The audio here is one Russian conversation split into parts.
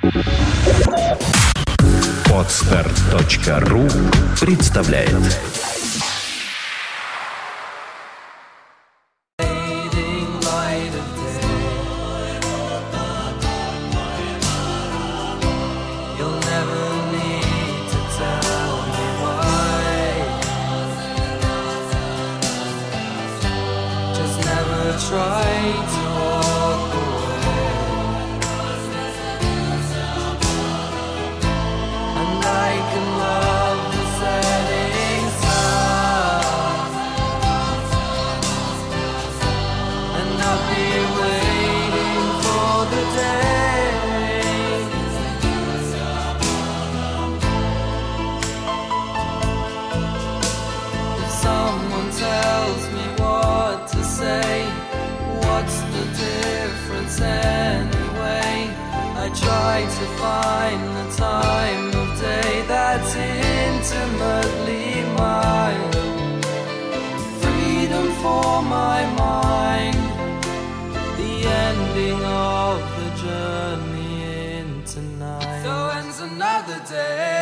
Podster.ru представляет. To find the time of day that's intimately mine. Freedom for my mind. The ending of the journey into night. So ends another day.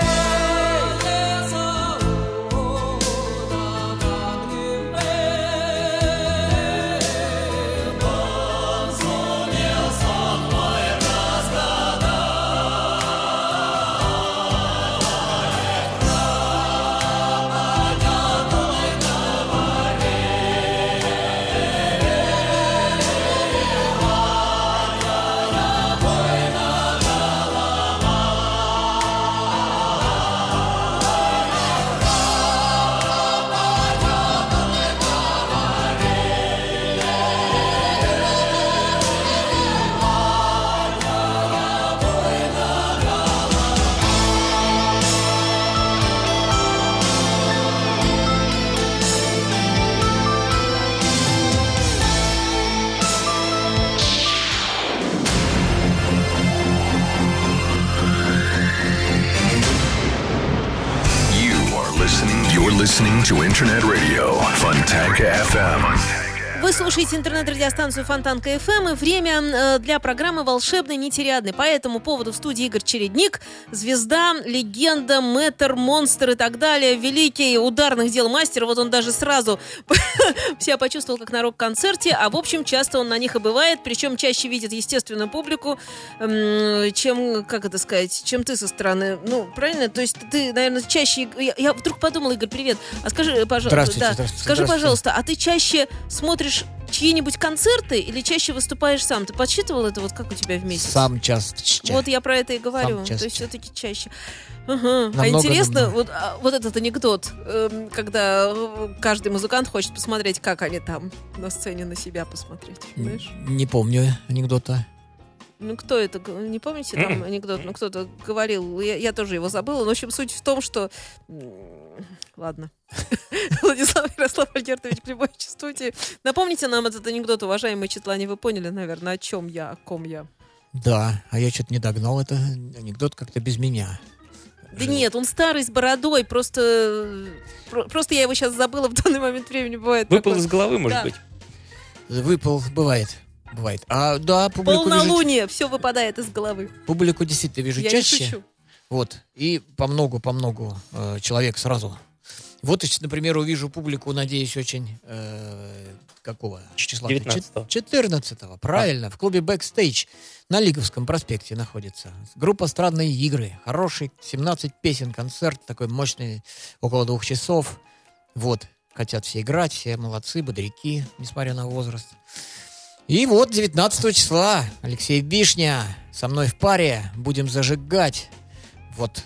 Listening to Internet Radio Fontanka FM. Вы слушаете интернет-радиостанцию Фонтанка ФМ, и время для программы «Волшебный нетериадный». По этому поводу в студии Игорь Чередник, звезда, легенда, мэтр, монстр и так далее, великий ударных дел мастер. Вот он даже сразу себя почувствовал как на рок-концерте, а в общем часто он на них и бывает, причем чаще видит, естественно, публику, чем, как это сказать, чем ты со стороны. Ну, правильно? То есть ты, наверное, чаще... Я вдруг подумала, Игорь, привет. А скажи, пожалуйста, скажи, пожалуйста, а ты чаще смотришь чьи-нибудь концерты или чаще выступаешь сам? Ты подсчитывал это, вот как у тебя в месяц? Сам часто. Вот я про это и говорю. То есть все-таки чаще. Ага. А интересно, вот этот анекдот, когда каждый музыкант хочет посмотреть, как они там на сцене на себя посмотреть. Знаешь? Не помню анекдота. Ну, кто это? Не помните там анекдот? Ну, кто-то говорил, я тоже его забыла. Но, в общем, суть в том, что... Ладно. Владислав Ярослав Альгертович Глебович в студии. Напомните нам этот анекдот, уважаемые читлане. Вы поняли, наверное, о ком я? Да, а я что-то не догнал. Это анекдот как-то без меня. Да нет, он старый, с бородой. Просто я его сейчас забыла, в данный момент времени бывает. Выпал из головы, может быть? Выпал, бывает. А, да, публику полнолуние, все выпадает из головы. Публику действительно вижу я чаще. Не шучу. Вот, и по многу человек сразу. Вот, например, увижу публику, надеюсь, очень... какого числа? 19-го. 14-го, правильно, в клубе «Бэкстейдж» на Лиговском проспекте находится. Группа «Странные игры». Хороший, 17 песен, концерт такой мощный, около 2 часов. Вот, хотят все играть, все молодцы, бодряки, несмотря на возраст. И вот 19 числа Алексей Вишня со мной в паре. Будем зажигать. Вот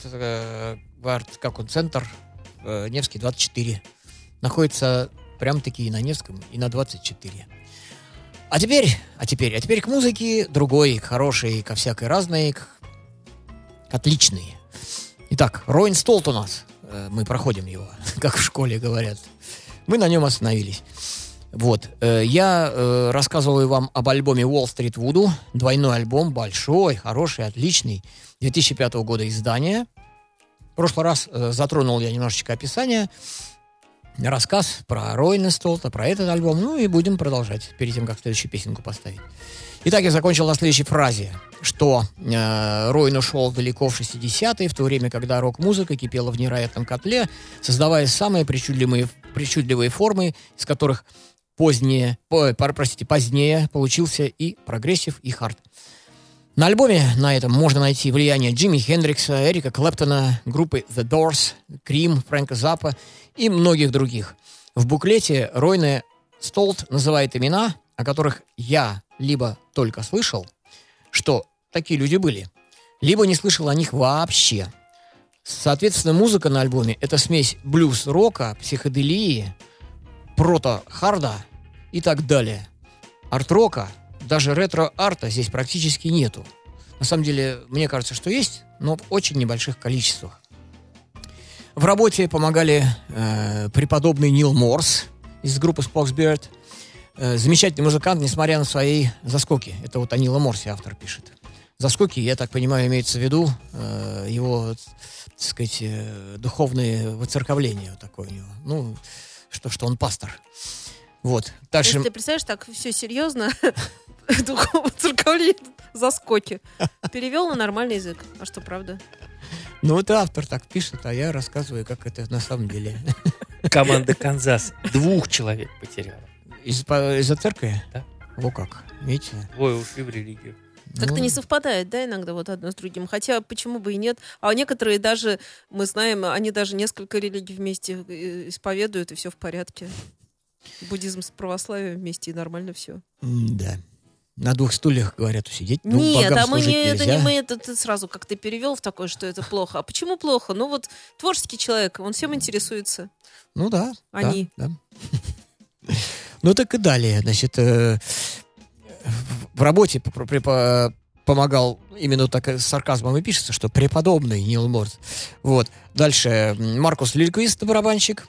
центр Невский 24. Находится прям-таки и на Невском, и на 24. А теперь к музыке другой, хорошей, ко всякой разной, отличной. Итак, Rolling Stone у нас. Мы проходим его, как в школе говорят. Мы на нем остановились. Вот. Я рассказывал вам об альбоме Wall Street Voodoo. Двойной альбом, большой, хороший, отличный. 2005 года издания. В прошлый раз затронул я немножечко описание. Рассказ про Rolling Stone, про этот альбом. Ну и будем продолжать, перед тем, как следующую песенку поставить. Итак, я закончил на следующей фразе, что Ройн ушел далеко в 60-е, в то время, когда рок-музыка кипела в невероятном котле, создавая самые причудливые формы, из которых позднее получился и прогрессив, и хард. На альбоме на этом можно найти влияние Джимми Хендрикса, Эрика Клэптона, группы The Doors, Cream, Фрэнка Заппа и многих других. В буклете Ройне Столт называет имена, о которых я либо только слышал, что такие люди были, либо не слышал о них вообще. Соответственно, музыка на альбоме — это смесь блюз-рока, психоделии, прото-харда и так далее. Арт-рока, даже ретро-арта здесь практически нету. На самом деле, мне кажется, что есть, но в очень небольших количествах. В работе помогали преподобный Нил Морс из группы Spoxbeard. Замечательный музыкант, несмотря на свои заскоки. Это вот о Ниле Морсе автор пишет. Заскоки, я так понимаю, имеется в виду его, так сказать, духовные воцерковления. Вот такое у него. Ну, что он пастор. Вот. Дальше... Ты представляешь, так все серьезно, духовное воцерковление, заскоки. Перевел на нормальный язык. А что, правда? Ну, это автор так пишет, а я рассказываю, как это на самом деле. Команда «Канзас» 2 человек потеряла. Из-за церкви? Да. Во как, видите? Двое ушли в религию. Как-то не совпадает, да, иногда вот одно с другим. Хотя, почему бы и нет. А некоторые даже, мы знаем, они даже несколько религий вместе исповедуют, и все в порядке. Буддизм с православием вместе, и нормально все. Да. На 2 стульях, говорят, усидеть. Нет, а мы не, это не мы, это ты сразу как-то перевел в такое, что это плохо. А почему плохо? Ну вот творческий человек, он всем интересуется. Ну да. Они. Да. Ну так и далее. Значит, в работе помогал, именно так с сарказмом и пишется, что преподобный Нил Морс. Вот. Дальше Маркус Лильквист, барабанщик,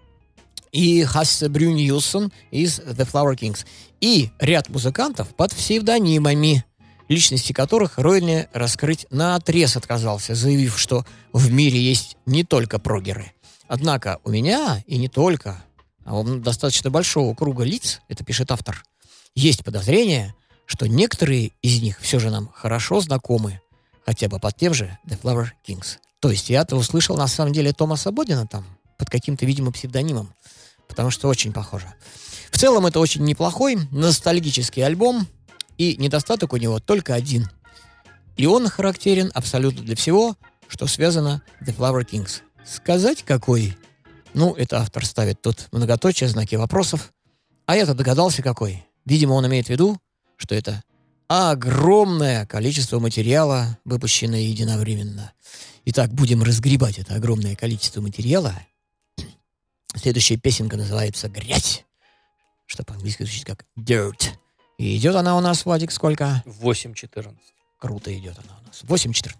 и Хассе Брюньюсон из The Flower Kings. И ряд музыкантов под псевдонимами, личности которых Ройне раскрыть наотрез отказался, заявив, что в мире есть не только прогеры. Однако у меня, и не только, а у достаточно большого круга лиц, это пишет автор, есть подозрение, что некоторые из них все же нам хорошо знакомы, хотя бы под тем же The Flower Kings. То есть я-то услышал на самом деле Томаса Бодина там, под каким-то, видимо, псевдонимом, потому что очень похоже. В целом это очень неплохой ностальгический альбом, и недостаток у него только один. И он характерен абсолютно для всего, что связано с The Flower Kings. Сказать какой? Ну, это автор ставит тут многоточие, знаки вопросов. А я-то догадался какой. Видимо, он имеет в виду, что это огромное количество материала, выпущенное единовременно. Итак, будем разгребать это огромное количество материала. Следующая песенка называется «Грязь», что по-английски звучит как «dirt». И идет она у нас, Владик, сколько? 8:14. Круто идет она у нас. 8:14.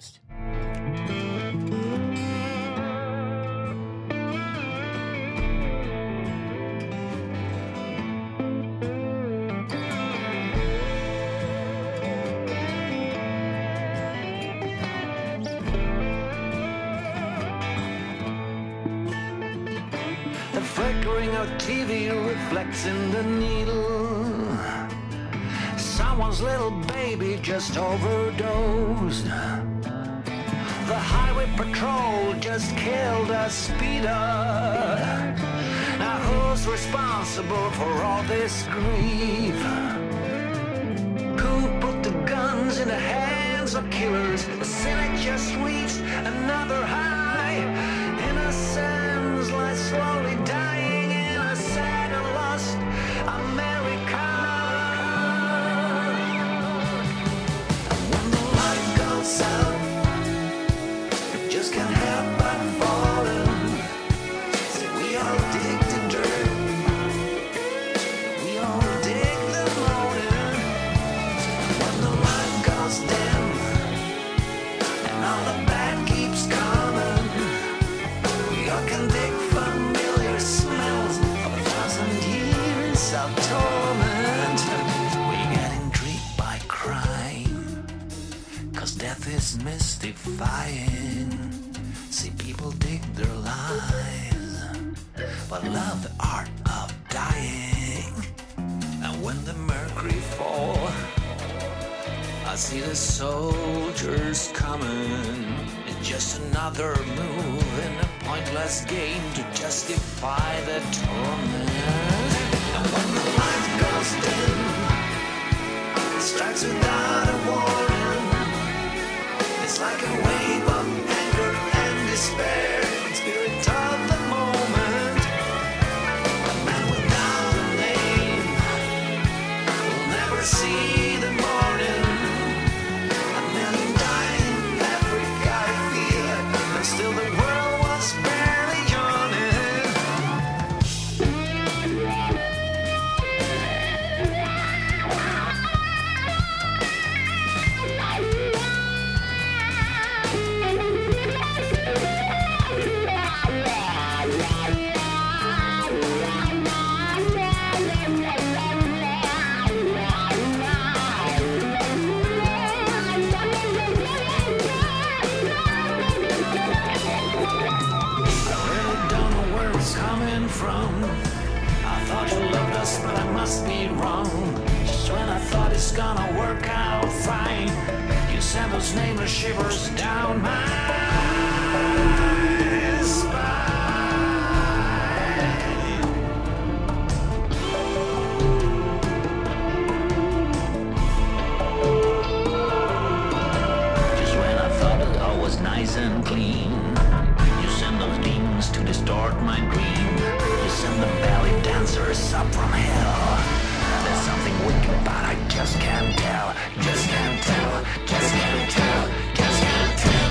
TV reflects in the needle. Someone's little baby just overdosed. The highway patrol just killed a speeder. Now who's responsible for all this grief? Who put the guns in the hands of killers? The Senate just reached another high. Innocence lies slowly dying in a sad and lost America. When the light goes out, you just can't help but falling. See, we all dig the dirt, we all dig the morning. When the light goes dim and all the bad keeps coming, we all can dig familiar smells of 1,000 years of torment. We get intrigued by crime, 'cause death is mystifying. See, people dig their lives, but love the art of dying. And when the mercury falls, I see the soldiers coming. It's just another move in a pointless game to justify the torment. And when the light goes dim, it strikes without a warning. It's like a wave of anger and despair, spirit of the moment. A man without a name will never see the morning. A million dying in Africa, I feel, and still the world was barely yawning. Coming from, I thought you loved us, but I must be wrong. Just when I thought it's gonna work out fine, you sent those nameless shivers down my spine. Just when I thought it all was nice and clean, you send those demons to distort my dream. You send the belly dancers up from hell. There's something wicked, but I just can't tell. Just can't tell. Just can't tell. Just can't tell.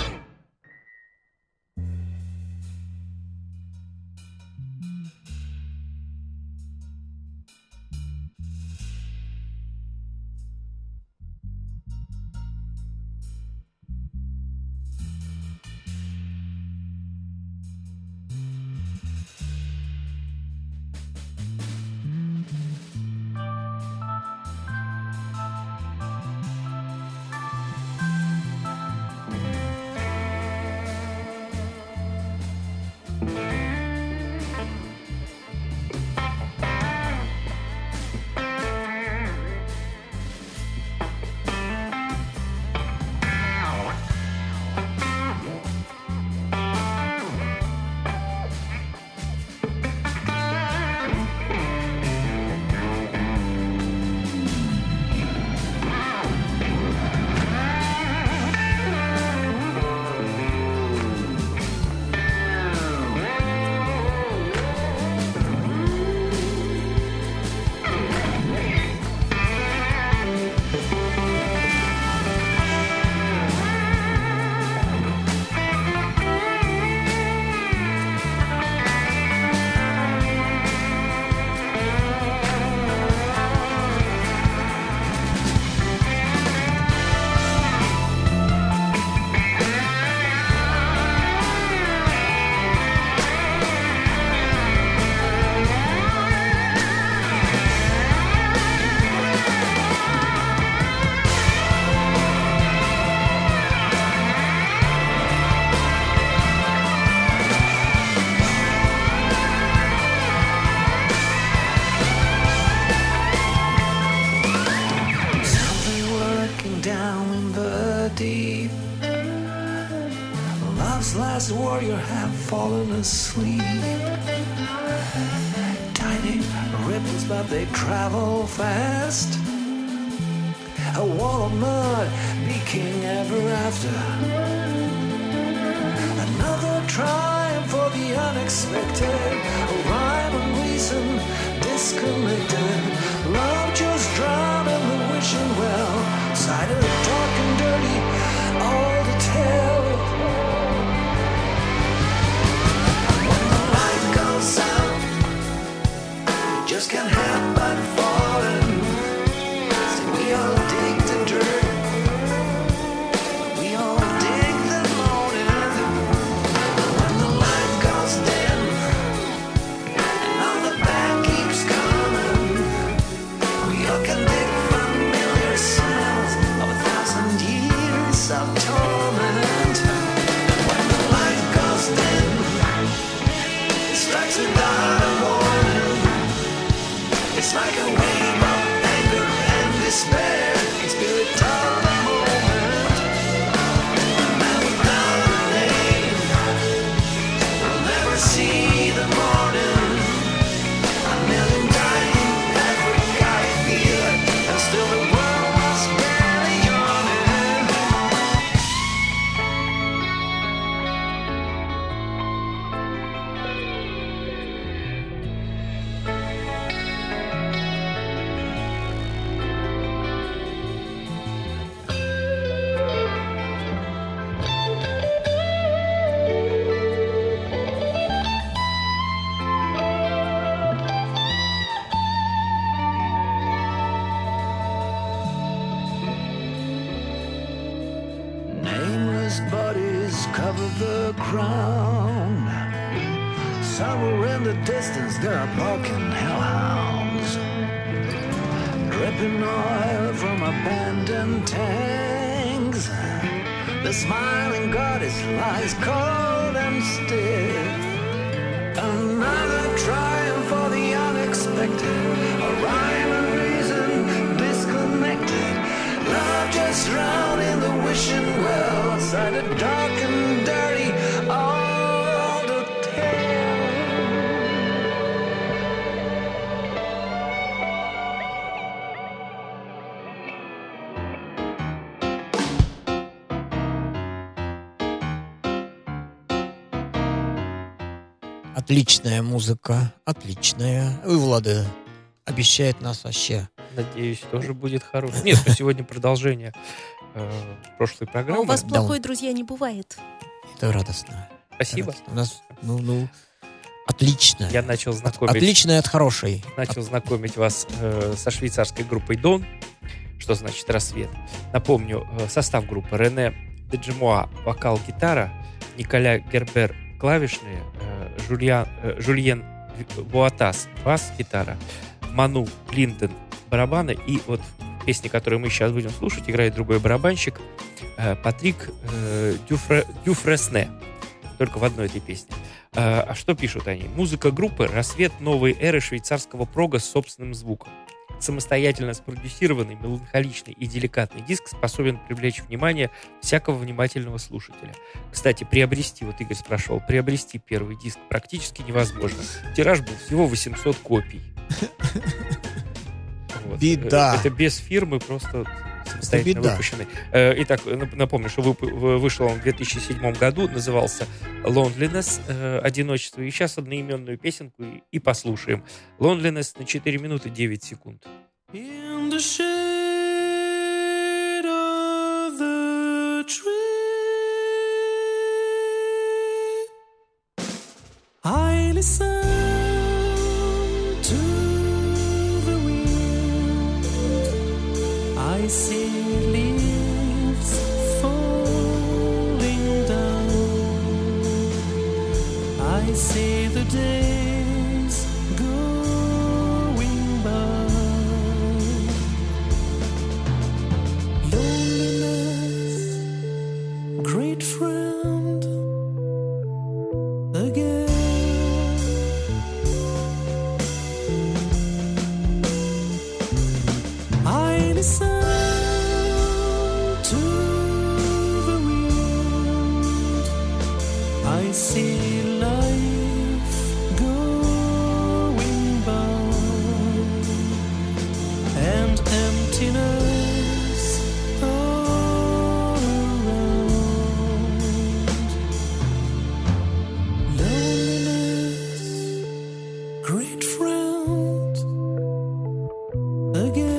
deep. Love's last warrior have fallen asleep. Tiny ripples, but they travel fast. A wall of mud, be king ever after. Another triumph for the unexpected. A rhyme and reason disconnected. Love just drowned in the wishing well. Sided dark and dirty, all to tell. When the light goes out, you just can't help but falling. See, we all dig the dirt. We all dig the morning. When the light goes dim, and all the bad keeps coming, we all can dig familiar sounds of 1,000 years of torment. When the light goes dim, it strikes without a warning. It's like a wave of anger and despair. Spirit of the moment. lifeless bodies cover the ground. Somewhere in the distance there are barking hellhounds, dripping oil from abandoned tanks. The smiling goddess lies cold and stiff. Another triumph for the unexpected, a rhyme and reason disconnected. Love just drowned in the wishing well, side of dark and dirty, all the tale. Отличная музыка, отличная. И Влада обещает нас вообще. Надеюсь, тоже будет хороший. Нет, но сегодня продолжение прошлой А программы. у вас Да, плохой, друзья, не бывает. Это радостно. Спасибо. Радостно. У нас, отлично. Я начал знакомить, Отличная от хорошей. знакомить вас со швейцарской группой Дон. Что значит рассвет? Напомню, состав группы: Рене Деджемуа — вокал, гитара, Николя Гербер — клавишные, Жульен Буатас — бас, гитара, Ману Линден — барабаны, и вот в песне, которую мы сейчас будем слушать, играет другой барабанщик, Патрик Дюфресне, только в одной этой песне. А что пишут они? Музыка группы — рассвет новой эры швейцарского прога с собственным звуком. Самостоятельно спродюсированный, меланхоличный и деликатный диск способен привлечь внимание всякого внимательного слушателя. Кстати, приобрести, вот Игорь спрашивал, приобрести первый диск практически невозможно. Тираж был всего 800 копий. Вот. Беда. Это без фирмы, просто самостоятельно выпущенный. Итак, напомню, что вышел он в 2007 году, назывался Loneliness, одиночество. И сейчас одноименную песенку и послушаем. Loneliness на 4 минуты 9 секунд. In the shade of the tree, I listen to the wind. I see leaves falling down. I see the days going by. Loneliness, great friend, again. I listen to the wind. I see life going by, and emptiness all around. Loneliness, great friend, again.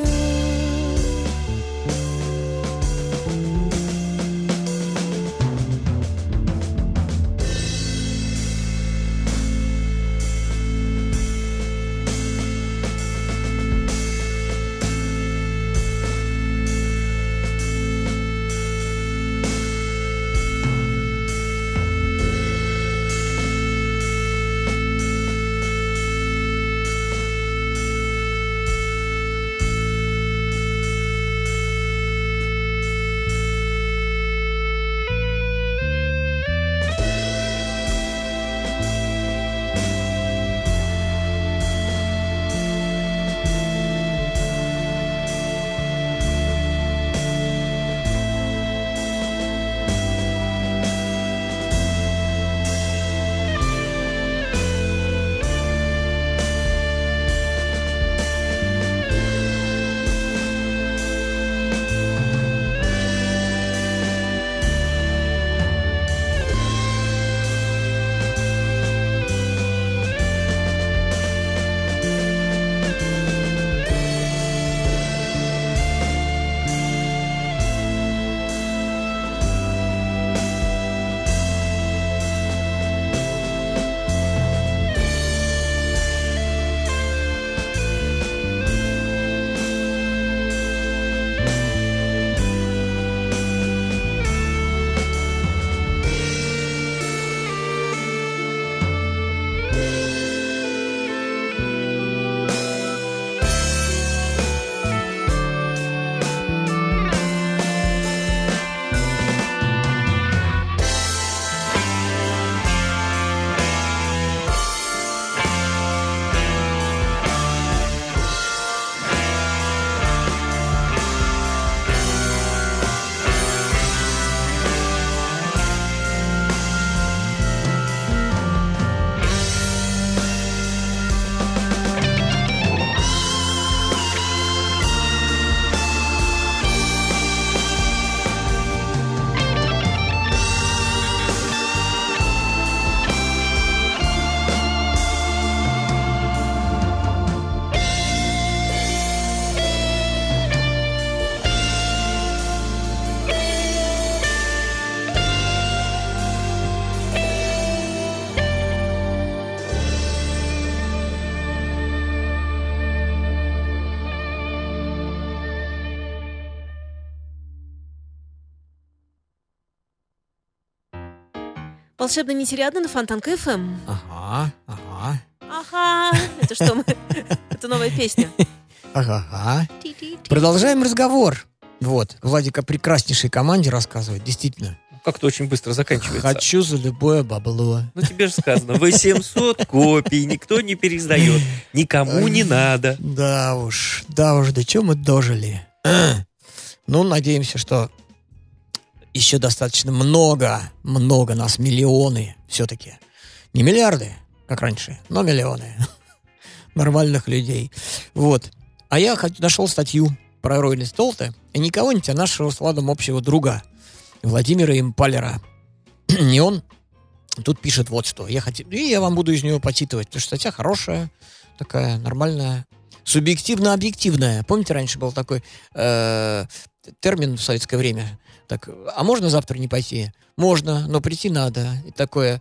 Волшебно нетериадно на Фонтанка FM. Ага. Ага. Это что мы? Это новая песня. Ага. Продолжаем разговор. Вот, Владик о прекраснейшей команде рассказывает. Действительно. Как-то очень быстро заканчивается. Хочу за любое бабло. Ну, тебе же сказано, 800 копий, никто не переиздает, никому не надо. Да уж, до чего мы дожили. Ну, надеемся, что еще достаточно много нас, миллионы все-таки. Не миллиарды, как раньше, но миллионы нормальных людей. Вот. А я нашел статью про Ройли Столта, и не кого-нибудь, а нашего с Владом общего друга Владимира Импалера. И он тут пишет вот что. И я вам буду из него почитывать, потому что статья хорошая, такая нормальная, субъективно-объективная. Помните, раньше был такой термин в советское время? Так, а можно завтра не пойти? Можно, но прийти надо. И такое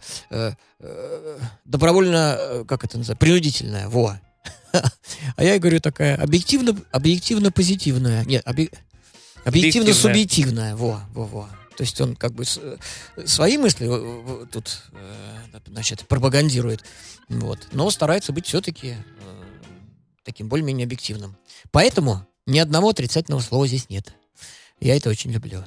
добровольно, как это называется, принудительное. Во. А я говорю, такая объективно-позитивная. Нет, объективно-субъективная. Во. То есть он как бы свои мысли тут, значит, пропагандирует. Вот. Но старается быть все-таки таким более-менее объективным. Поэтому ни одного отрицательного слова здесь нет. Я это очень люблю.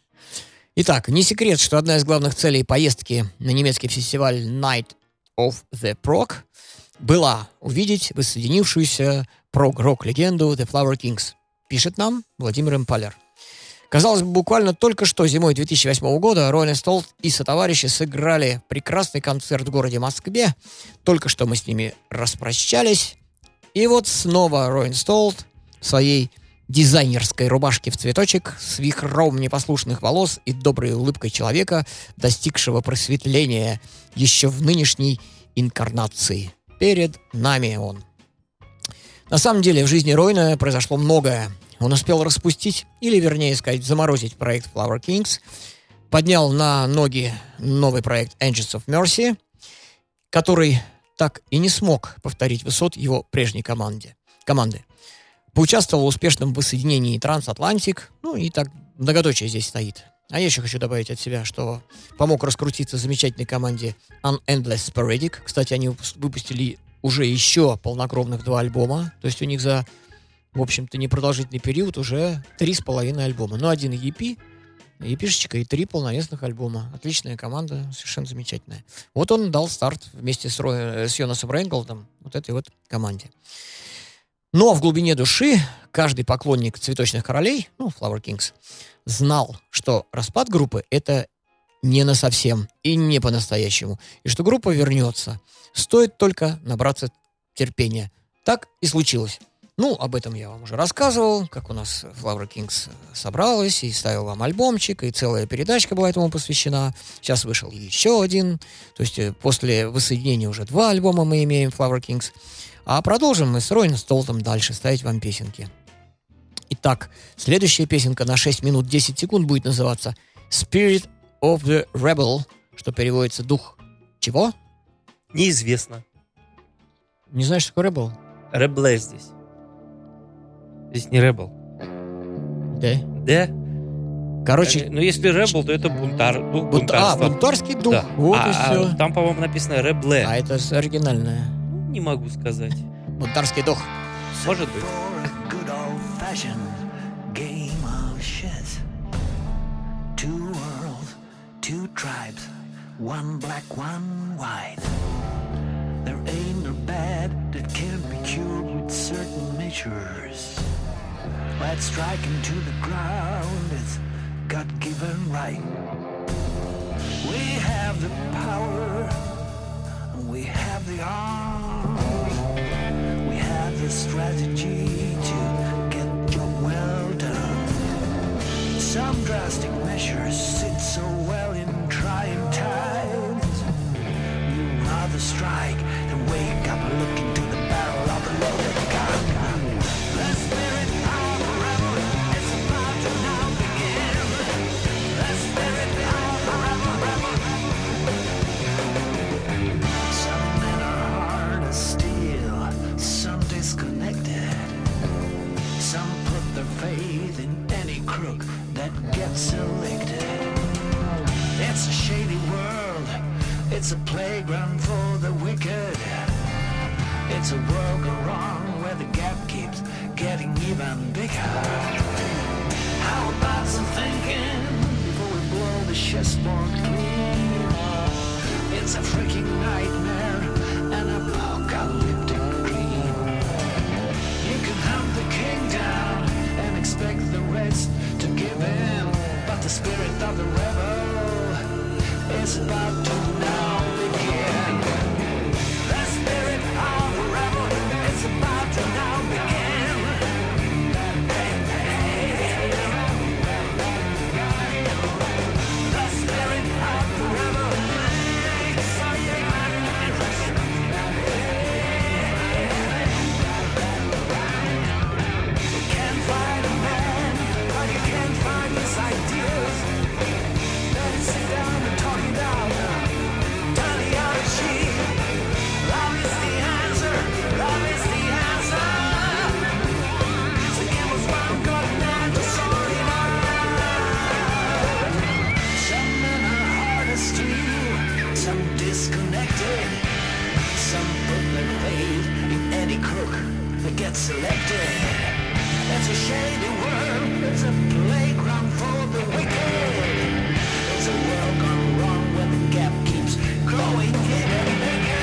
Итак, не секрет, что одна из главных целей поездки на немецкий фестиваль Night of the Prog была увидеть воссоединившуюся прог-рок-легенду The Flower Kings, пишет нам Владимир Импалер. Казалось бы, буквально только что зимой 2008 года Роллинг Стоун и сотоварищи сыграли прекрасный концерт в городе Москве. Только что мы с ними распрощались. И вот снова Роллинг Стоун в своей дизайнерской рубашке в цветочек, с вихром непослушных волос и доброй улыбкой человека, достигшего просветления еще в нынешней инкарнации. Перед нами он. На самом деле в жизни Ройна произошло многое. Он успел распустить, или, вернее сказать, заморозить проект Flower Kings, поднял на ноги новый проект Angels of Mercy, который так и не смог повторить высот его прежней команды. Поучаствовал в успешном воссоединении Трансатлантик, ну и так многоточие здесь стоит. А я еще хочу добавить от себя, что помог раскрутиться замечательной команде Unendless Sporadic. Кстати, они выпустили уже еще полнокровных 2 альбома, то есть у них за, в общем-то, непродолжительный период уже 3,5 альбома. Ну, 1 EP, EP-шечка и 3 полновесных альбома. Отличная команда, совершенно замечательная. Вот он дал старт вместе с Йонасом Рейнголдом вот этой вот команде. Но в глубине души каждый поклонник «Цветочных королей», ну, Flower Kings, знал, что распад группы — это не насовсем и не по-настоящему, и что группа вернется. Стоит только набраться терпения. Так и случилось. Ну, об этом я вам уже рассказывал, как у нас Flower Kings собралась и ставил вам альбомчик, и целая передачка была этому посвящена. Сейчас вышел еще один. То есть после воссоединения уже 2 альбома мы имеем Flower Kings. А продолжим мы с Ройном Столтом дальше ставить вам песенки. Итак, следующая песенка на 6 минут 10 секунд будет называться Spirit of the Rebel, что переводится «Дух». Чего? Неизвестно. Не знаешь, что такое Rebel? Rebel здесь. Здесь не Rebel. Да. Да? Короче... Ну, если Rebel, то это дух бунтарства. Бунтарский дух. Да. Вот и все. Там, по-моему, написано Rebel. А это оригинальное. Не могу сказать. Бунтарский дух. Может быть. Good old-fashioned game of chess. 2 worlds, 2 tribes, 1 black, 1 white. There ain't no bad that can't be cured with certain measures. But striking to the ground is God-given right. We have the power, and we have the arms. We have the strategy to get the job well done. Some drastic measures sit so well in trying times. We'd rather strike than wake up and look into the barrel of a loaded gun. The spirit of a rebel is about to now begin. The spirit of a rebel. Some men are hard as steel, some disconnected. Some put their faith in any crook that gets elected. It's a shady world, It's a playground for the wicked. It's a world gone wrong where the gap keeps getting even bigger. How about some thinking before we blow the chessboard clean? It's a freaking nightmare, an apocalyptic dream. You can hunt the king down and expect the rest to give in, but the spirit of the rebel is about to now begin. The spirit of the rebel is about to now begin. The spirit of the rebel is something interesting. You can't find a man, but you can't find his ideas. Let's sit down and talk it out. Turn the other cheek. Love is the answer. Love is the answer. The game was one got man to sort it out. Some men are hard as steel, some disconnected. Some put their faith in any crook that gets selected. It's a shady world. It's a playground for the wicked. It's a world gone wrong where the gap keeps growing even bigger.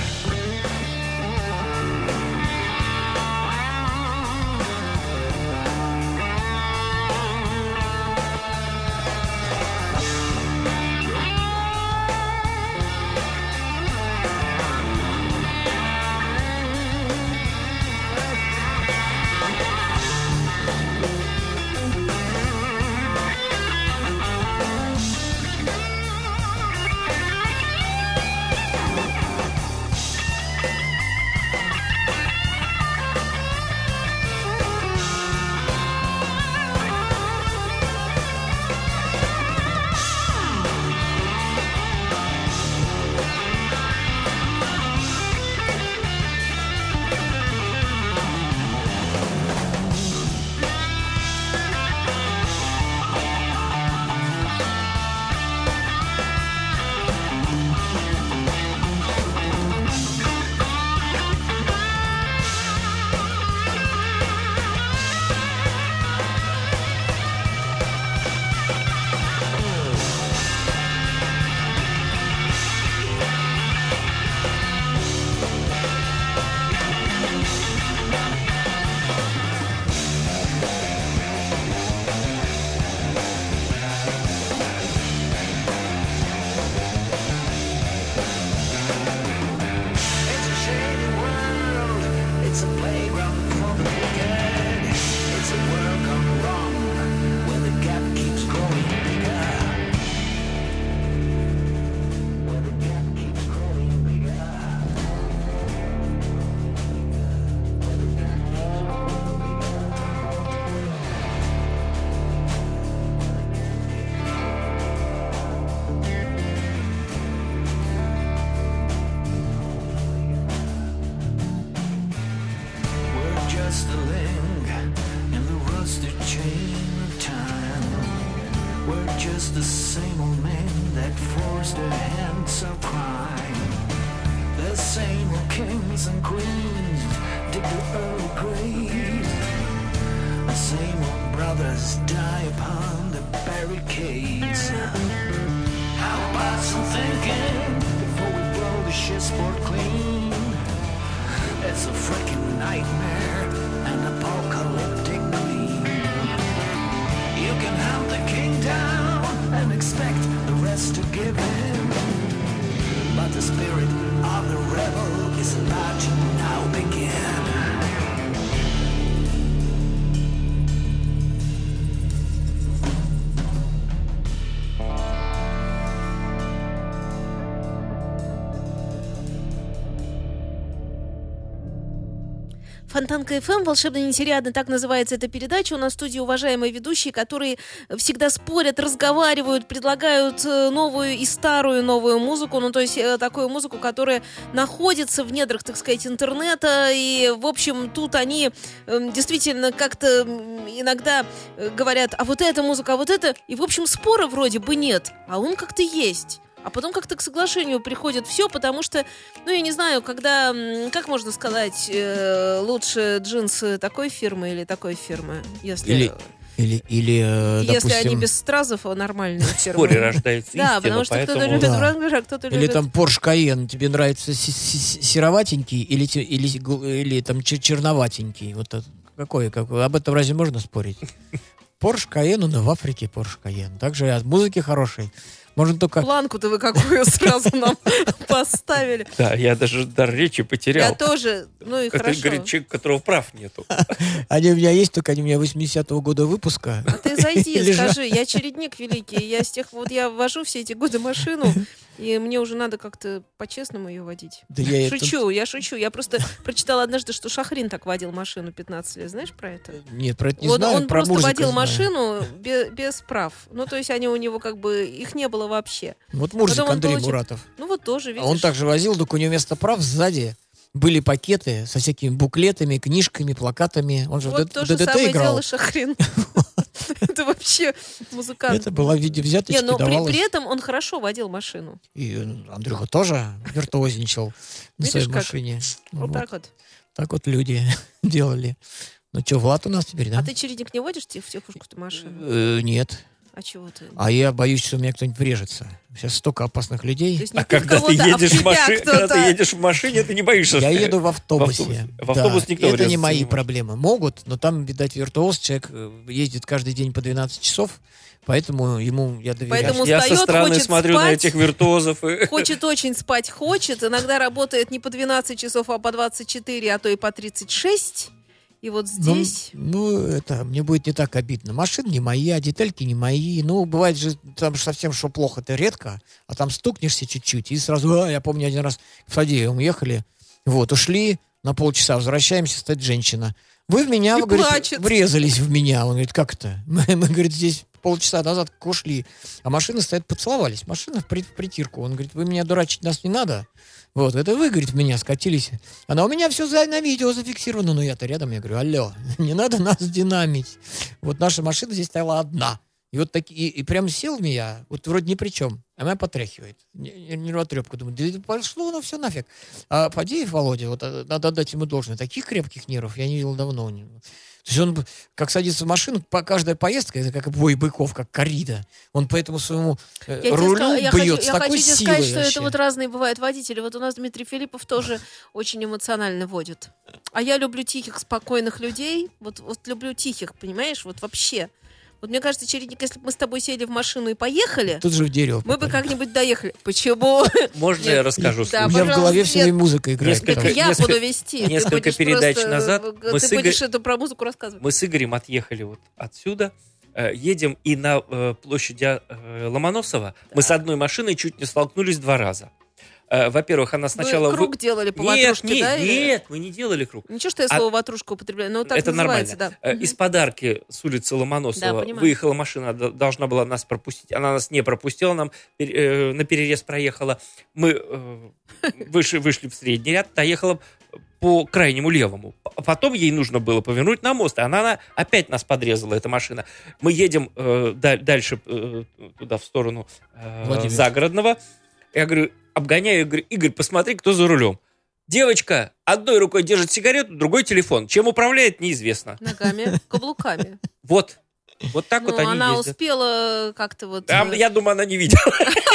It's a shady world. It's a playground for the wicked. It's a world gone wrong where the gap keeps growing bigger. Where the gap keeps growing bigger. Where the gap keeps growing We're just a link in the rusted chain of time. We're just the same old men that forced their hands of crime. The same old kings and queens dig the early grave. The same old brothers die upon the barricades. How about some thinking before we blow the shitsport clean? It's a freaking nightmare, an apocalyptic dream. You can hunt the king down and expect the rest to give in, but the spirit of the rebel is about to now begin. Фонтанка ФМ, волшебно-нетериадно, так называется эта передача. У нас в студии уважаемые ведущие, которые всегда спорят, разговаривают, предлагают новую и старую новую музыку. Ну, то есть такую музыку, которая находится в недрах, так сказать, интернета. И, в общем, тут они действительно как-то иногда говорят, а вот эта музыка, а вот это. И, в общем, спора вроде бы нет, а он как-то есть. А потом как-то к соглашению приходит все, потому что, ну, я не знаю, когда, как можно сказать, лучше джинсы такой фирмы или такой фирмы, если... Или, Если допустим... они без стразов, нормальные В фирмы. споре рождается истина, Да, потому что кто-то поэтому- любит Да. Wrangler, а кто-то Или любит... там Porsche Cayenne, тебе нравится сероватенький или там черноватенький? Вот это какой? Об этом разве можно спорить? Porsche Cayenne, он и в Африке Porsche Cayenne. Также и от музыки хорошей. Можно только... Планку-то вы какую сразу нам поставили. Да, я даже дар речи потерял. Я тоже, ну и Это, хорошо. говорит, человек, у которого прав нету. Они у меня есть, только они у меня 80-го года выпуска. А ты зайди, Лежат. скажи, я чередник великий, я с тех вот я вожу все эти годы машину, и мне уже надо как-то по-честному ее водить. Да я это- Шучу, я шучу. Я просто прочитала однажды, что Шахрин так водил машину 15 лет. Знаешь про это? Нет, про это не Вот знаю, он про просто музыку водил знаю. машину без прав. Ну, то есть они у него как бы, их не было вообще. Вот Мурзик Потом он Андрей получил- Муратов. Ну вот тоже, видишь. А он также возил, только у него вместо прав сзади были пакеты со всякими буклетами, книжками, плакатами. Он же Вот в то же ДДТ самое играл. делал и Шахрин. Это вообще музыкант. Это была в виде взяточки, Не, но давалось. при этом он хорошо водил машину. И Андрюха тоже виртуозничал на Видишь, своей как? машине. Вот так вот. Так вот люди делали. Ну что, Влад у нас теперь, да? А ты чередник не водишь в техушку-то машину? Нет. А чего ты? А я боюсь, что у меня кто-нибудь врежется. Сейчас столько опасных То людей. есть не А ты в когда ты кого-то, а в едешь в тебя машине, когда ты кто-то. едешь в машине, ты не боишься. Я что- еду в автобусе. В автобус Да, никто это не врезаться мои не может. проблемы. Могут, но там, видать, виртуоз, человек ездит каждый день по 12 часов, поэтому ему я доверяю. Поэтому Я со устает, стороны хочет смотрю на спать. этих виртуозов. И... Хочет очень спать, хочет. Иногда работает не по 12 часов, а по 24, а то и по 36. И вот здесь... Ну, это мне будет не так обидно. Машины не мои, а детальки не мои. Ну, бывает же там совсем, что плохо, это редко, а там стукнешься чуть-чуть, и сразу, я помню один раз в Фадеевом ехали, вот, ушли на полчаса, возвращаемся, стоит женщина. Вы в меня, И вы, говорит, плачет. врезались в меня. Он говорит, как это? Мы, говорит, здесь полчаса назад ушли, а машины стоят, поцеловались. Машина в притирку. Он говорит, вы меня дурачить нас не надо. Вот, это вы, говорит, в меня скатились. Она у меня все на видео зафиксировано, но я-то рядом, я говорю, алло, не надо нас динамить. Вот наша машина здесь стояла одна. И вот такие, и прям сел в меня, вот вроде ни при чем, а меня потряхивает. Нервотрепка. Думаю, да пошло оно все нафиг. А Фадеев Володя, вот надо отдать ему должное, таких крепких нервов я не видел давно. То есть он, как садится в машину, каждая поездка, это как бой быков, как коррида. Он по этому своему рулю я бьет с хочу такой тебе силой сказать, что вообще. это вот разные бывают водители. Вот у нас Дмитрий Филиппов тоже очень эмоционально водит. А я люблю тихих, спокойных людей. Вот люблю тихих, понимаешь? Вот вообще. Вот мне кажется, чередник, если бы мы с тобой сели в машину и поехали, Тут же в дерево мы бы попали. как-нибудь доехали. Почему? Можно Нет. я расскажу? Да, У меня в пожалуйста, голове все нет. время музыка играет. Несколько- Это я несколько- буду вести. Ты несколько будешь передач просто, назад мы с ты будешь Игорем- это про музыку рассказывать. Мы с Игорем отъехали вот отсюда, едем, и на площади Ломоносова мы с одной машиной чуть не столкнулись 2 раза. Во-первых, она сначала... Вы круг делали по Нет, ватрушке, нет, да? или- нет, мы не делали круг. Ничего, что я А- слово ватрушка употребляю, но так Это называется, нормально. да. Из подарки с улицы Да, Ломоносова понимаю. выехала машина, должна была нас пропустить. Она нас не пропустила, нам на перерез проехала. Мы вышли в средний ряд, та ехала по крайнему левому. А потом ей нужно было повернуть на мост, и она опять нас подрезала, эта машина. Мы едем дальше туда, в сторону Владимир. Загородного. Я говорю, обгоняю, я говорю, Игорь, посмотри, кто за рулем. Девочка одной рукой держит сигарету, другой телефон. Чем управляет, неизвестно. Ногами, каблуками. Вот так Ну, вот они она ездят. успела как-то вот... Я думаю, она не видела.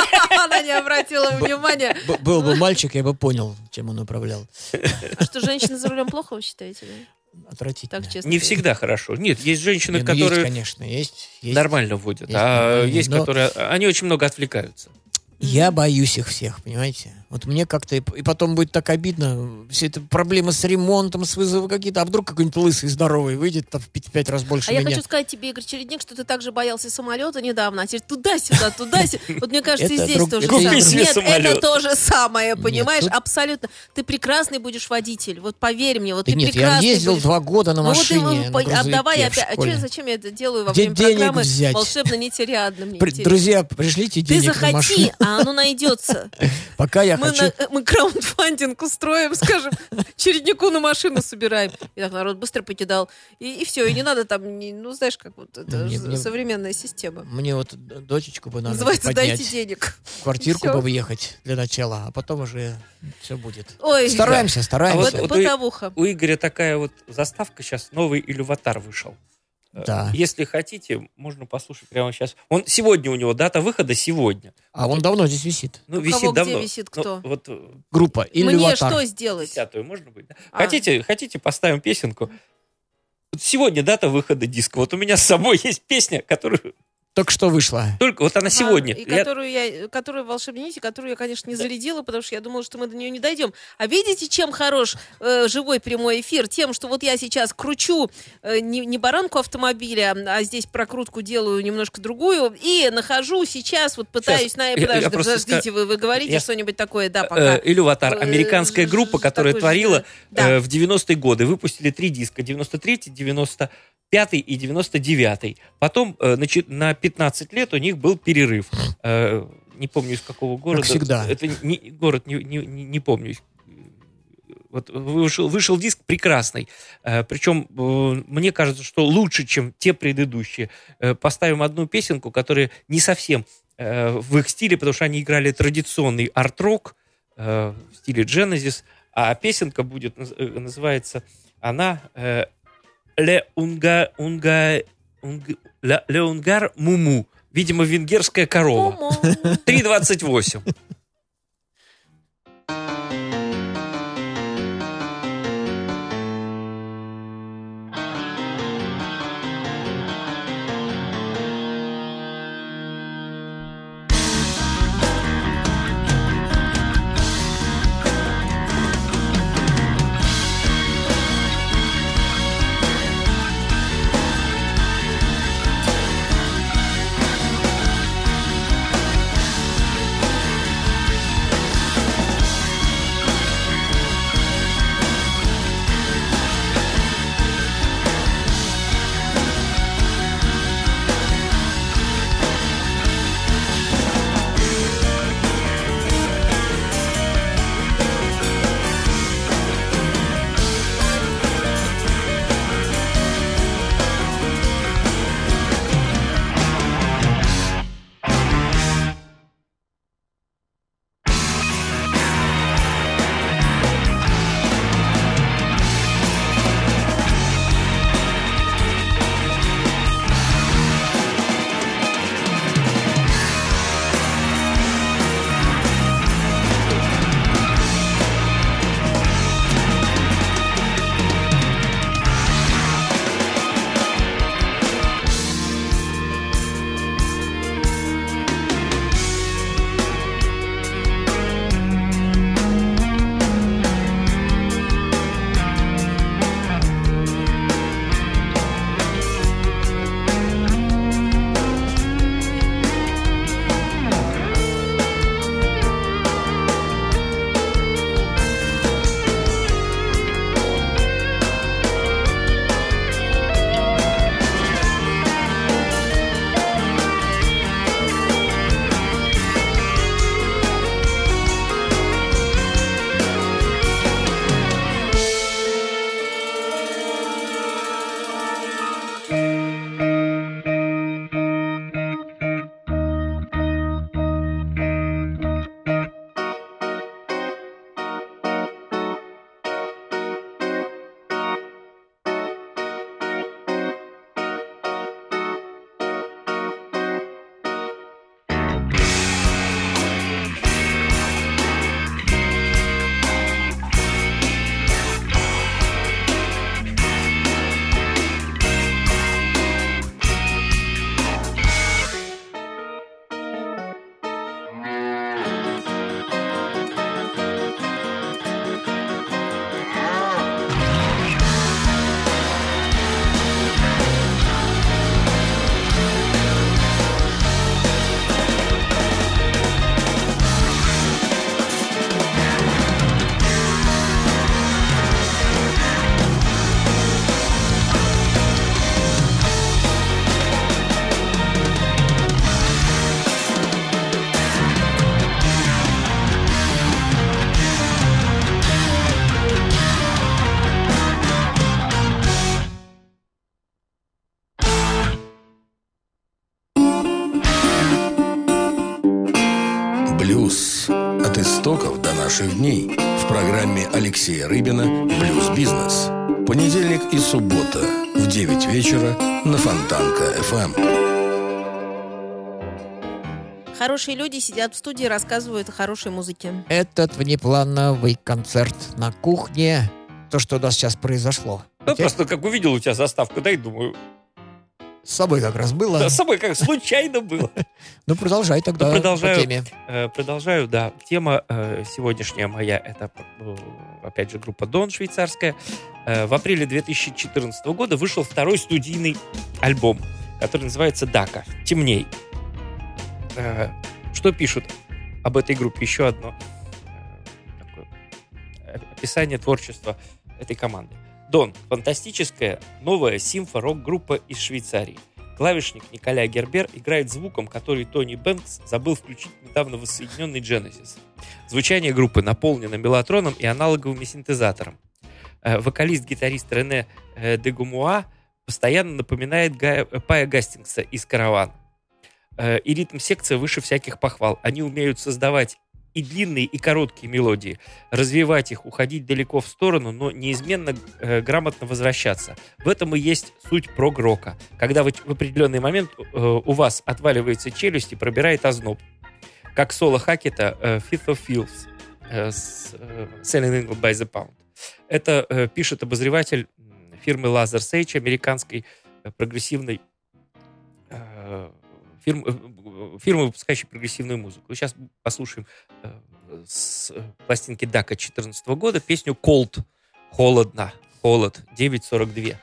Она не обратила внимания. Был бы мальчик, я бы понял, чем он управлял. А что, женщины за рулем плохо, вы считаете? Да? Отвратительно. Так честно. Не всегда хорошо. Нет, есть женщины, Не, ну, есть, которые конечно, есть. нормально водят, Есть а нормальные, есть, но- которые... Они очень много отвлекаются. Я боюсь их всех, понимаете? Вот мне как-то... И потом будет так обидно. Все это проблемы с ремонтом, с вызовом какие-то. А вдруг какой-нибудь лысый, здоровый выйдет там в 5 раз больше А я меня. хочу сказать тебе, Игорь Чередник, что ты также боялся самолета недавно, а теперь туда-сюда, туда-сюда. Вот мне кажется, и Это здесь друг- тоже это самое. Купи себе Нет, это самолет. то же самое, Нет, понимаешь? тут- Абсолютно. Ты прекрасный будешь водитель. Вот поверь мне, вот Да ты нет, я прекрасный ездил будешь. 2 года на Ну вот машине, и на грузовике отдавай в опять. А школе. зачем я это делаю во Где время денег программы взять? «Волшебно нетериадно»? Мне интересно. Друзья, пришлите Ты денег на захоти, машину. а оно найдется. Пока я хочу... Мы краундфандинг устроим, скажем, череднику на машину собираем. И так народ быстро покидал. И все, и не надо там, ну, знаешь, как вот это Мне- современная система. Мне вот дочечку бы надо Называется поднять. «Дайте денег». Квартирку Всё. бы выехать для начала, а потом уже все будет. Ой, Стараемся, стараемся. А вот бытовуха. У Игоря такая вот заставка сейчас, новый «Илюватар» вышел. Да. Если хотите, можно послушать прямо сейчас. Сегодня у него дата выхода сегодня. А он давно здесь висит. Ну, У висит кого где давно. висит Ну, кто? вот Группа Мне «Иллюватар». что сделать? 10-ю можно быть, да? А. Хотите, поставим песенку? Вот сегодня дата выхода диска. Вот у меня с собой есть песня, которую Только что вышла. только вот она сегодня. И Я- которую «Волшебной нити», которую я, конечно, не зарядила, потому что я думала, что мы до нее не дойдем. А видите, чем хорош живой прямой эфир? Тем, что вот я сейчас кручу не баранку автомобиля, а здесь прокрутку делаю немножко другую, и нахожу сейчас, вот пытаюсь... Сейчас, я просто Подождите, вы говорите я- что-нибудь такое, да, пока. «Илюватар», американская группа, которая такой же, творила да. в 90-е годы. Выпустили 3 диска. 93-й, 95-й и 99-й. Потом на 15 лет у них был перерыв. Не помню, из какого города. всегда. Это город, не помню. Вот вышел диск прекрасный. Причем мне кажется, что лучше, чем те предыдущие. Поставим одну песенку, которая не совсем в их стиле, потому что они играли традиционный арт-рок в стиле Genesis, а песенка будет, называется она «Ле Унгар Муму». Видимо, венгерская корова. Му-му. 3:28. Thank Блюз. От истоков до наших дней. В программе Алексея Рыбина «Блюз-бизнес». Понедельник и суббота в 9 вечера на Фонтанка-ФМ. Хорошие люди сидят в студии, рассказывают о хорошей музыке. Этот внеплановый концерт на кухне. То, что у нас сейчас произошло. Ну, просто как увидел у тебя заставку, да, и думаю, С собой как раз было. да, с собой как случайно было. Ну, продолжай тогда Ну, продолжаю. по теме. Продолжаю, да. Тема сегодняшняя моя, это, опять же, группа Дон швейцарская. В апреле 2014 года вышел второй студийный альбом, который называется «Дака. Темней». Что пишут об этой группе? Еще одно такое описание творчества этой команды. Дон – фантастическая новая симфо-рок-группа из Швейцарии. Клавишник Николя Гербер играет звуком, который Тони Бэнкс забыл включить недавно воссоединенный Genesis. Звучание группы наполнено мелатроном и аналоговыми синтезатором. Вокалист-гитарист Рене Дегумуа постоянно напоминает Пая Гастингса из «Каравана». И ритм-секция выше всяких похвал. Они умеют создавать и длинные, и короткие мелодии, развивать их, уходить далеко в сторону, но неизменно грамотно возвращаться. В этом и есть суть прог-рока, когда в определенный момент у вас отваливается челюсть и пробирает озноб. Как соло Хакета «Fifth of Fields» с «Selling England by the Pound». Это пишет обозреватель фирмы Lazar Sage, американской прогрессивной фирмы, выпускающей прогрессивную музыку. Сейчас послушаем с пластинки Дака 2014 года песню «Cold». Холодно. Холод. 9:42.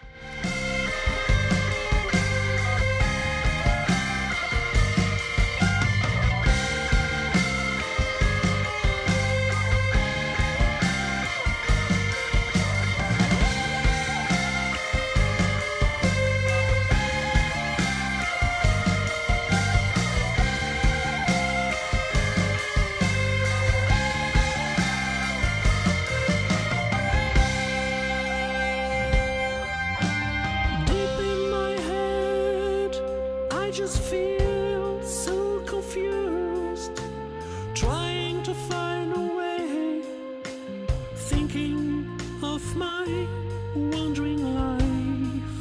Deep in my head, I just feel so confused, trying to find a way, thinking of my wandering life.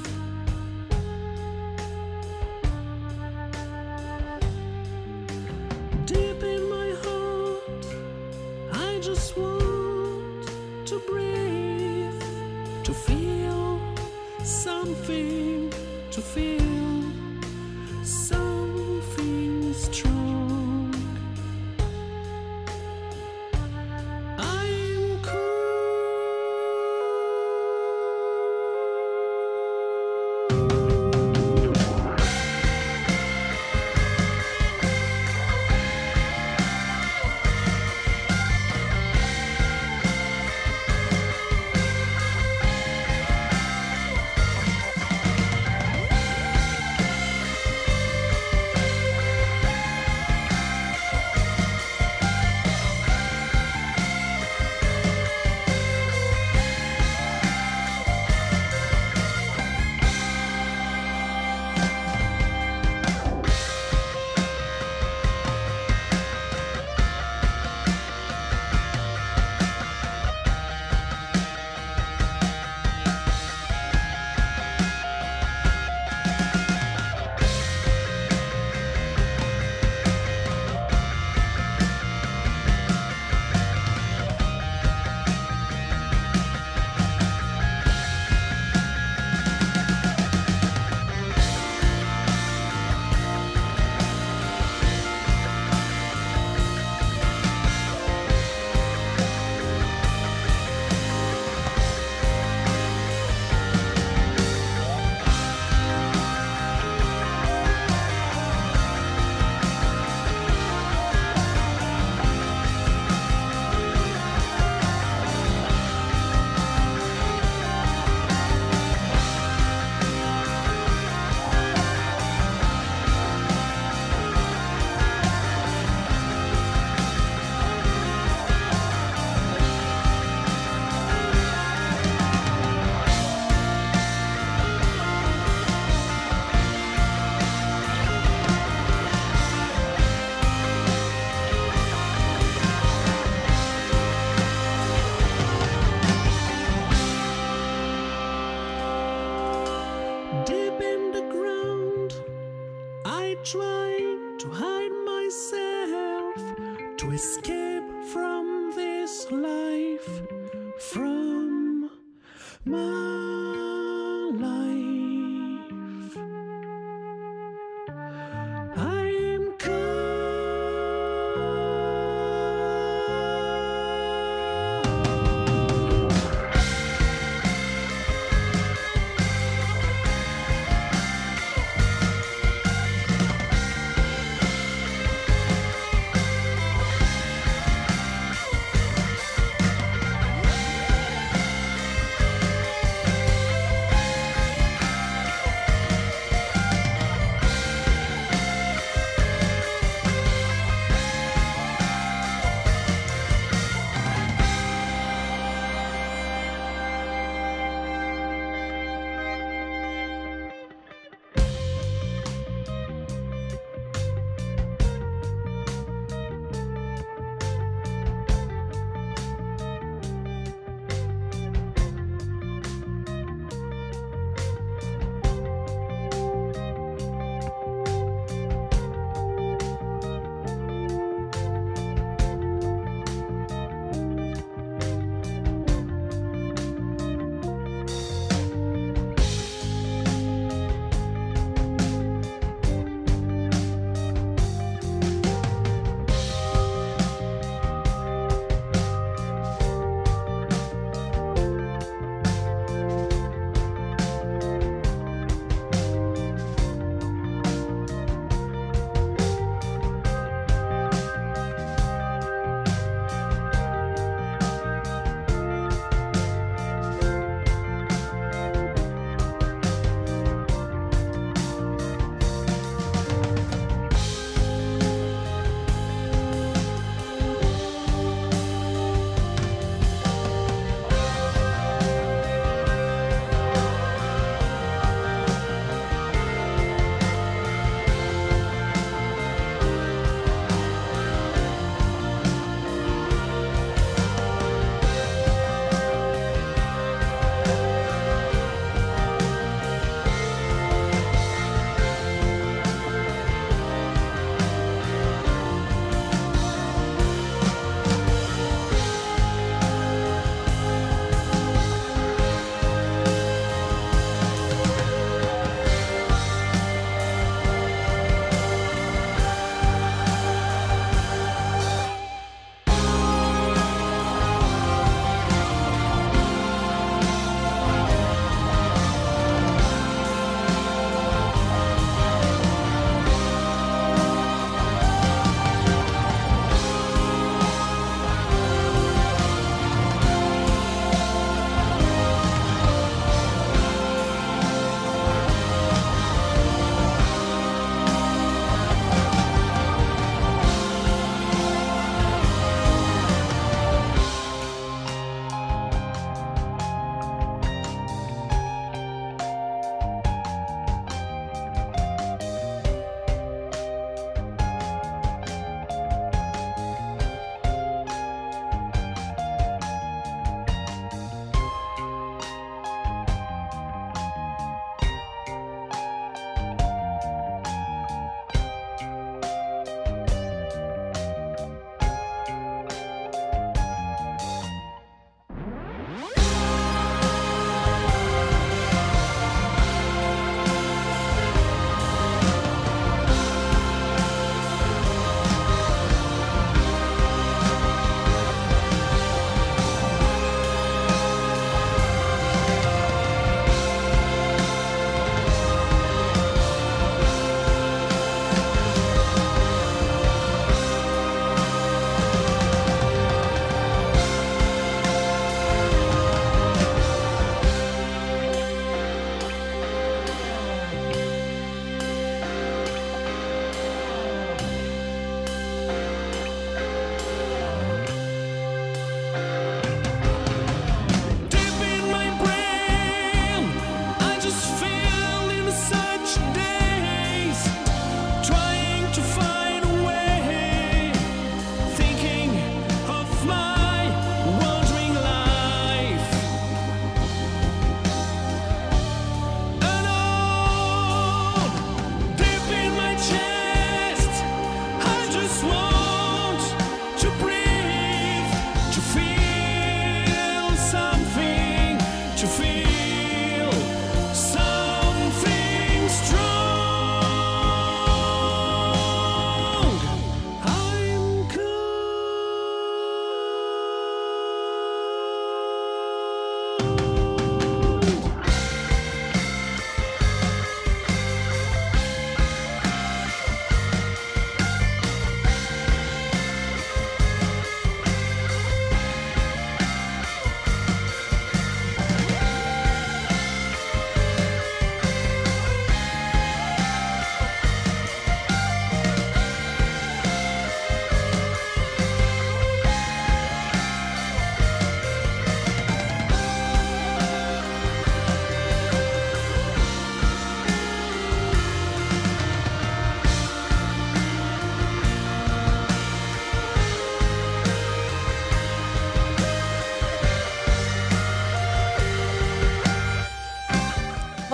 Deep in my heart, I just want to breathe, to feel something, to feel something strong. I'm cool. to escape from this life, from my life. I'm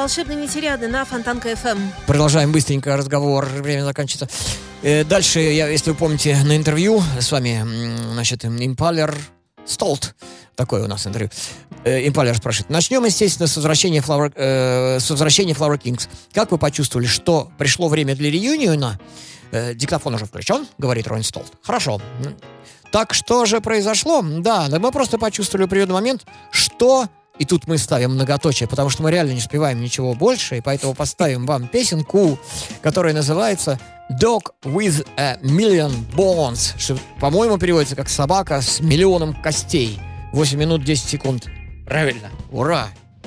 «Волшебные нетериады» на Фонтанка ФМ. Продолжаем быстренько разговор, время заканчивается. Дальше, если вы помните, на интервью с вами, значит, Импалер Столт. Такое у нас интервью. Импалер спрашивает. Начнем, естественно, с возвращения Flower Kings. Как вы почувствовали, что пришло время для реюниона? Диктофон уже включен, говорит Ронни Столт. Хорошо. Так что же произошло? Да, мы просто почувствовали в определенный момент, что... И тут мы ставим многоточие, потому что мы реально не успеваем ничего больше, и поэтому поставим вам песенку, которая называется «Dog with a Million Bones», что, по-моему, переводится как «собака с миллионом костей». 8 минут 10 секунд. Правильно. Ура!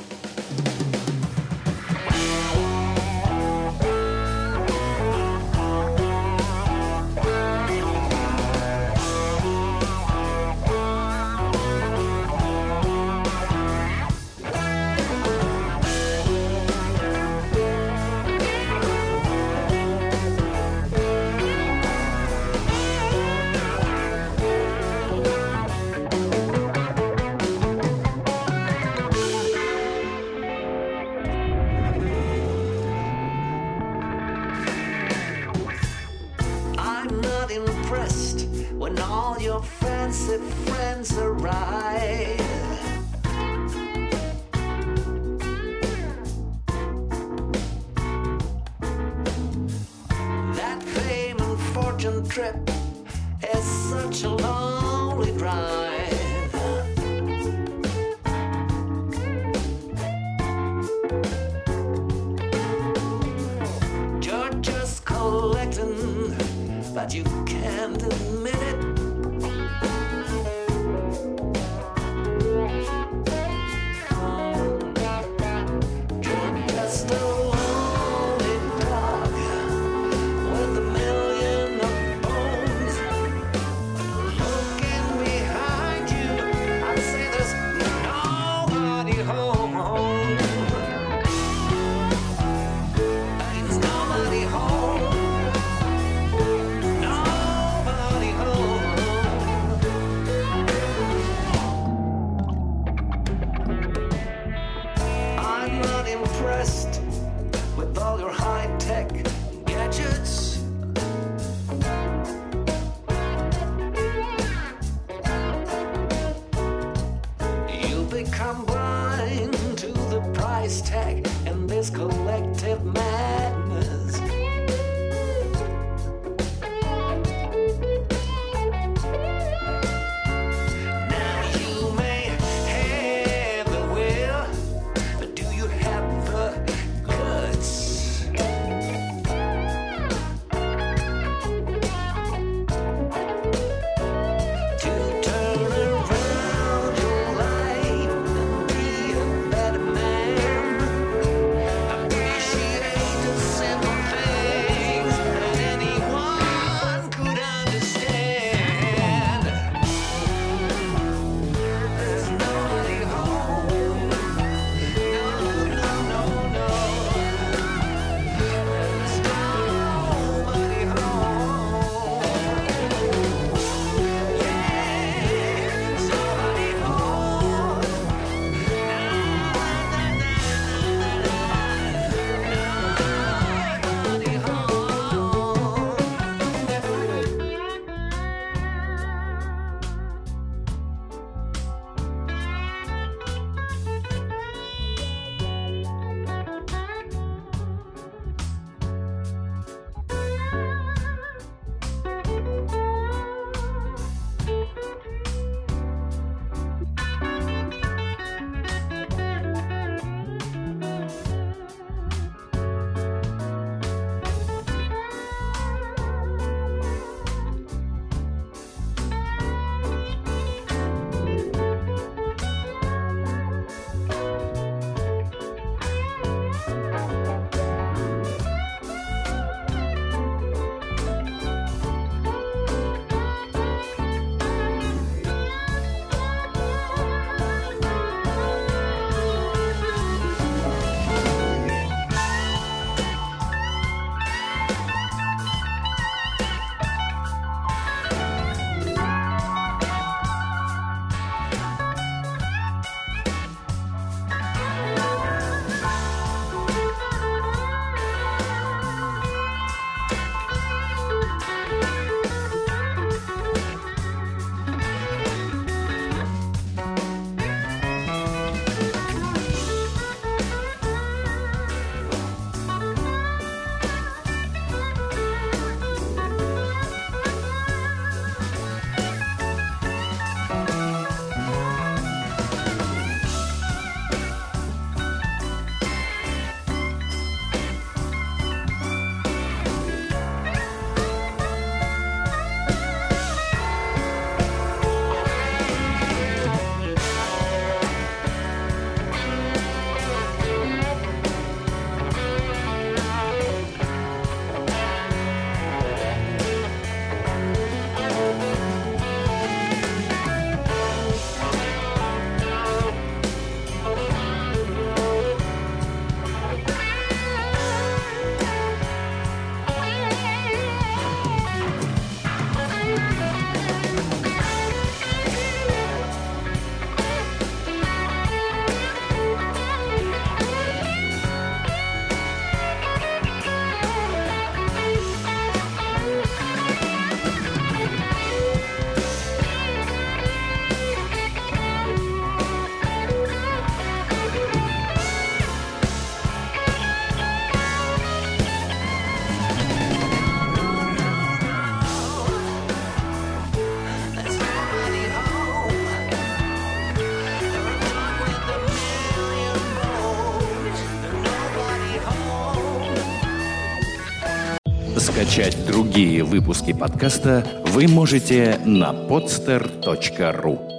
I'm not impressed when all your fancy friends arrive. That fame and fortune trip is such a lonely drive. You're just collecting, but you can't admit it. You're just a lonely dog with a million of bones. Looking behind you, I'd say there's nobody home. There's nobody home. Nobody home. I'm not impressed with all your high-tech gadgets. You become blind to the price tag and this collective madness. Now you may have the will, but do you have the guts? To turn around your life and Скачать другие выпуски подкаста вы можете на podster.ru.